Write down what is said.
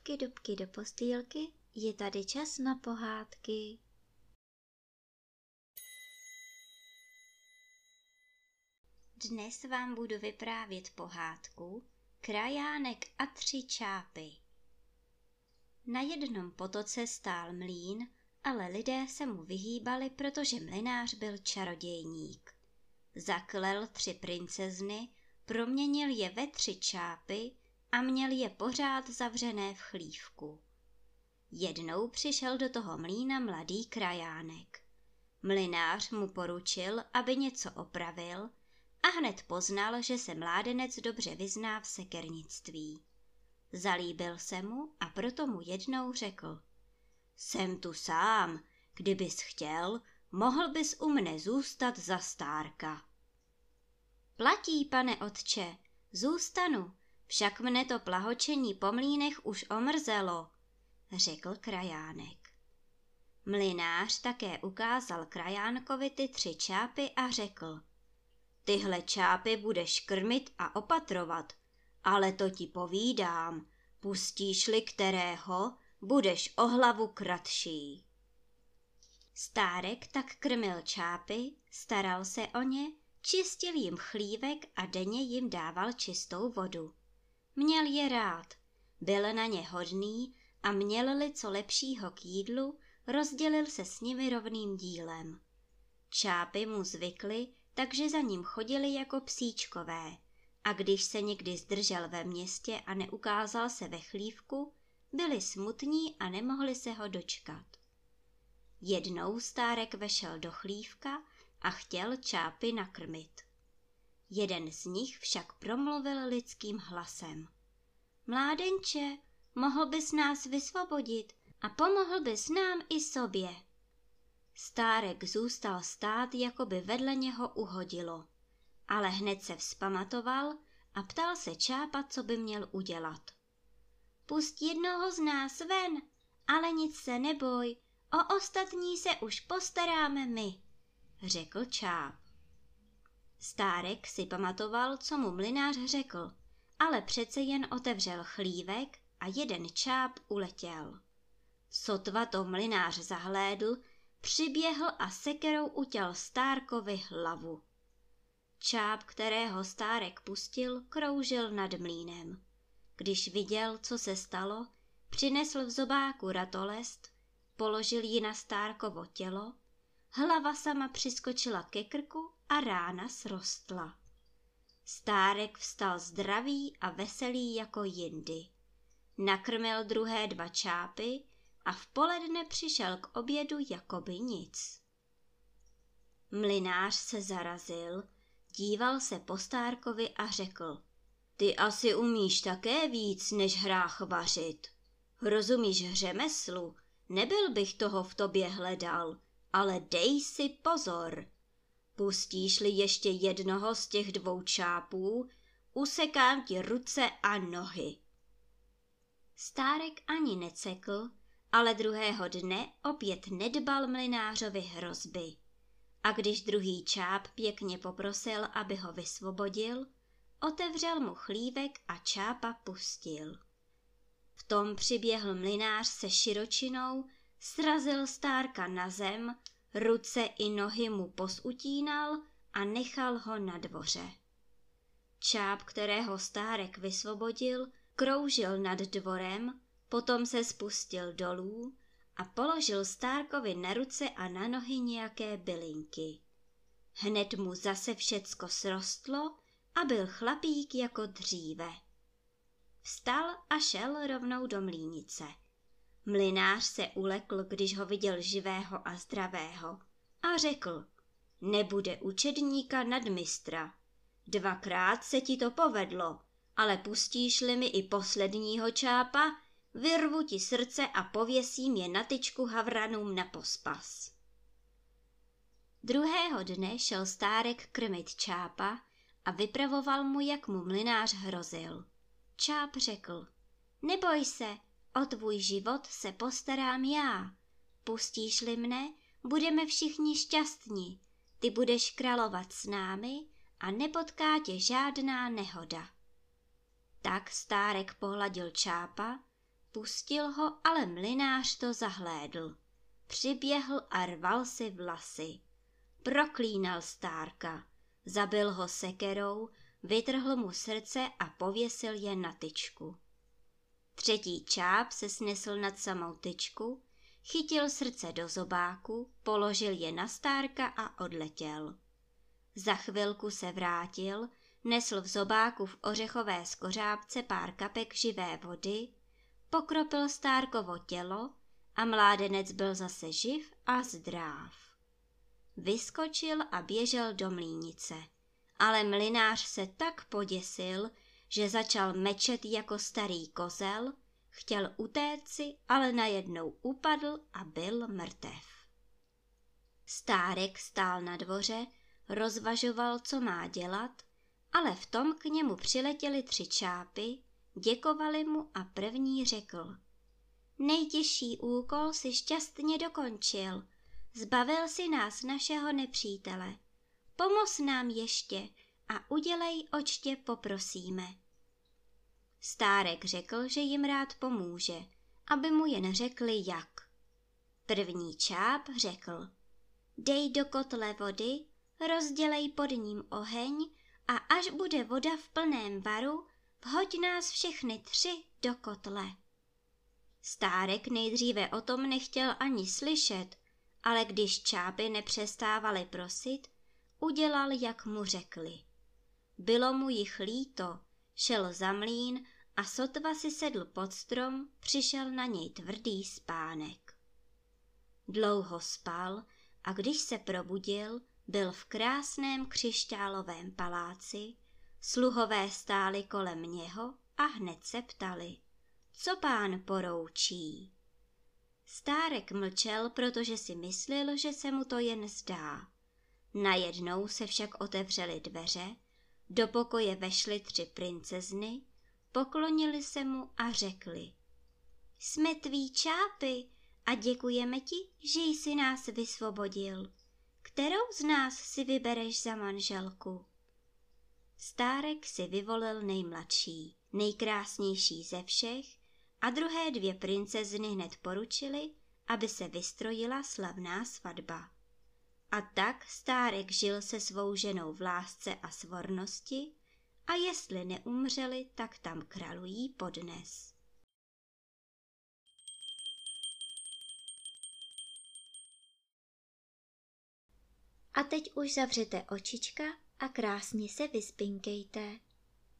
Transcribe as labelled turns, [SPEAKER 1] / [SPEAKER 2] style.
[SPEAKER 1] dubky, dubky do postýlky, je tady čas na pohádky. Dnes vám budu vyprávět pohádku Krajánek a 3 čápy. Na jednom potoce stál mlýn, ale lidé se mu vyhýbali, protože mlynář byl čarodějník. Zaklel 3 princezny, proměnil je ve 3 čápy a měl je pořád zavřené v chlívku. Jednou přišel do toho mlýna mladý krajánek. Mlynář mu poručil, aby něco opravil, a hned poznal, že se mládenec dobře vyzná v sekernictví. Zalíbil se mu a proto mu jednou řekl: Jsem tu sám, kdybys chtěl, mohl bys u mne zůstat za stárka. Platí, pane otče, zůstanu, však mne to plahočení po mlýnech už omrzelo, řekl krajánek. Mlynář také ukázal krajánkovi ty 3 čápy a řekl: Tyhle čápy budeš krmit a opatrovat, ale to ti povídám, pustíš-li kterého, budeš o hlavu kratší. Stárek tak krmil čápy, staral se o ně, čistil jim chlívek a denně jim dával čistou vodu. Měl je rád, byl na ně hodný a měl-li co lepšího k jídlu, rozdělil se s nimi rovným dílem. Čápy mu zvykly, takže za ním chodili jako psíčkové, a když se někdy zdržel ve městě a neukázal se ve chlívku, byli smutní a nemohli se ho dočkat. Jednou stárek vešel do chlívka a chtěl čápy nakrmit. Jeden z nich však promluvil lidským hlasem: Mládenče, mohl bys nás vysvobodit a pomohl bys nám i sobě. Stárek zůstal stát, jako by vedle něho uhodilo, ale hned se vzpamatoval a ptal se čápa, co by měl udělat. Pusť jednoho z nás ven, ale nic se neboj, o ostatní se už postaráme my, řekl čáp. Stárek si pamatoval, co mu mlynář řekl, ale přece jen otevřel chlívek a jeden čáp uletěl. Sotva to mlynář zahlédl, přiběhl a sekerou utěl stárkovi hlavu. Čáp, kterého stárek pustil, kroužil nad mlýnem. Když viděl, co se stalo, přinesl v zobáku ratolest, položil ji na stárkovo tělo, hlava sama přiskočila ke krku a rána srostla. Stárek vstal zdravý a veselý jako jindy. Nakrmil druhé 2 čápy a v poledne přišel k obědu jakoby nic. Mlynář se zarazil, díval se po stárkovi a řekl: Ty asi umíš také víc, než hrách vařit. Rozumíš řemeslu, nebyl bych toho v tobě hledal, ale dej si pozor. Pustíš-li ještě jednoho z těch 2 čápů, usekám ti ruce a nohy. Stárek ani necekl, ale druhého dne opět nedbal mlynářovi hrozby. A když druhý čáp pěkně poprosil, aby ho vysvobodil, otevřel mu chlívek a čápa pustil. V tom přiběhl mlynář se širočinou, srazil stárka na zem, ruce i nohy mu posutínal a nechal ho na dvoře. Čáp, kterého stárek vysvobodil, kroužil nad dvorem, potom se spustil dolů a položil stárkovi na ruce a na nohy nějaké bylinky. Hned mu zase všecko srostlo a byl chlapík jako dříve. Vstal a šel rovnou do mlýnice. Mlynář se ulekl, když ho viděl živého a zdravého, a řekl: Nebude učedníka nad mistra. 2krát se ti to povedlo, ale pustíš-li mi i posledního čápa, vyrvu ti srdce a pověsím je na tyčku havranům na pospas. Druhého dne šel stárek krmit čápa a vypravoval mu, jak mu mlynář hrozil. Čáp řekl: Neboj se, o tvůj život se postarám já. Pustíš-li mne, budeme všichni šťastní. Ty budeš královat s námi a nepotká tě žádná nehoda. Tak stárek pohladil čápa Pustil ho, ale mlynář to zahlédl. Přiběhl a rval si vlasy. Proklínal Stárka, zabil ho sekerou, vytrhl mu srdce a pověsil je na tyčku. Třetí čáp se snesl nad samou tyčku, chytil srdce do zobáku, položil je na Stárka a odletěl. Za chvilku se vrátil, nesl v zobáku v ořechové skořápce pár kapek živé vody, pokropil Stárkovo tělo a mládenec byl zase živ a zdráv. Vyskočil a běžel do mlýnice, ale mlynář se tak poděsil, že začal mečet jako starý kozel, chtěl utéci, ale najednou upadl a byl mrtev. Stárek stál na dvoře, rozvažoval, co má dělat, ale v tom k němu přiletěly 3 čápy, děkovali mu a první řekl: Nejtěžší úkol si šťastně dokončil, zbavil si nás našeho nepřítele. Pomoz nám ještě a udělej, oč tě poprosíme. Stárek řekl, že jim rád pomůže, aby mu jen řekli jak. První čáp řekl: Dej do kotle vody, rozdělej pod ním oheň a až bude voda v plném varu, vhoď nás všechny 3 do kotle. Stárek nejdříve o tom nechtěl ani slyšet, ale když čápy nepřestávaly prosit, udělal, jak mu řekli. Bylo mu jich líto, šel za mlýn a sotva si sedl pod strom, přišel na něj tvrdý spánek. Dlouho spal a když se probudil, byl v krásném křišťálovém paláci, sluhové stáli kolem něho a hned se ptali: Co pán poroučí? Stárek mlčel, protože si myslel, že se mu to jen zdá. Najednou se však otevřely dveře, do pokoje vešly 3 princezny, poklonili se mu a řekli: Jsme tví čápy a děkujeme ti, že jsi nás vysvobodil. Kterou z nás si vybereš za manželku? Stárek si vyvolil nejmladší, nejkrásnější ze všech a druhé 2 princezny hned poručili, aby se vystrojila slavná svatba. A tak Stárek žil se svou ženou v lásce a svornosti a jestli neumřeli, tak tam králují podnes. A teď už zavřete očička a krásně se vyspinkejte.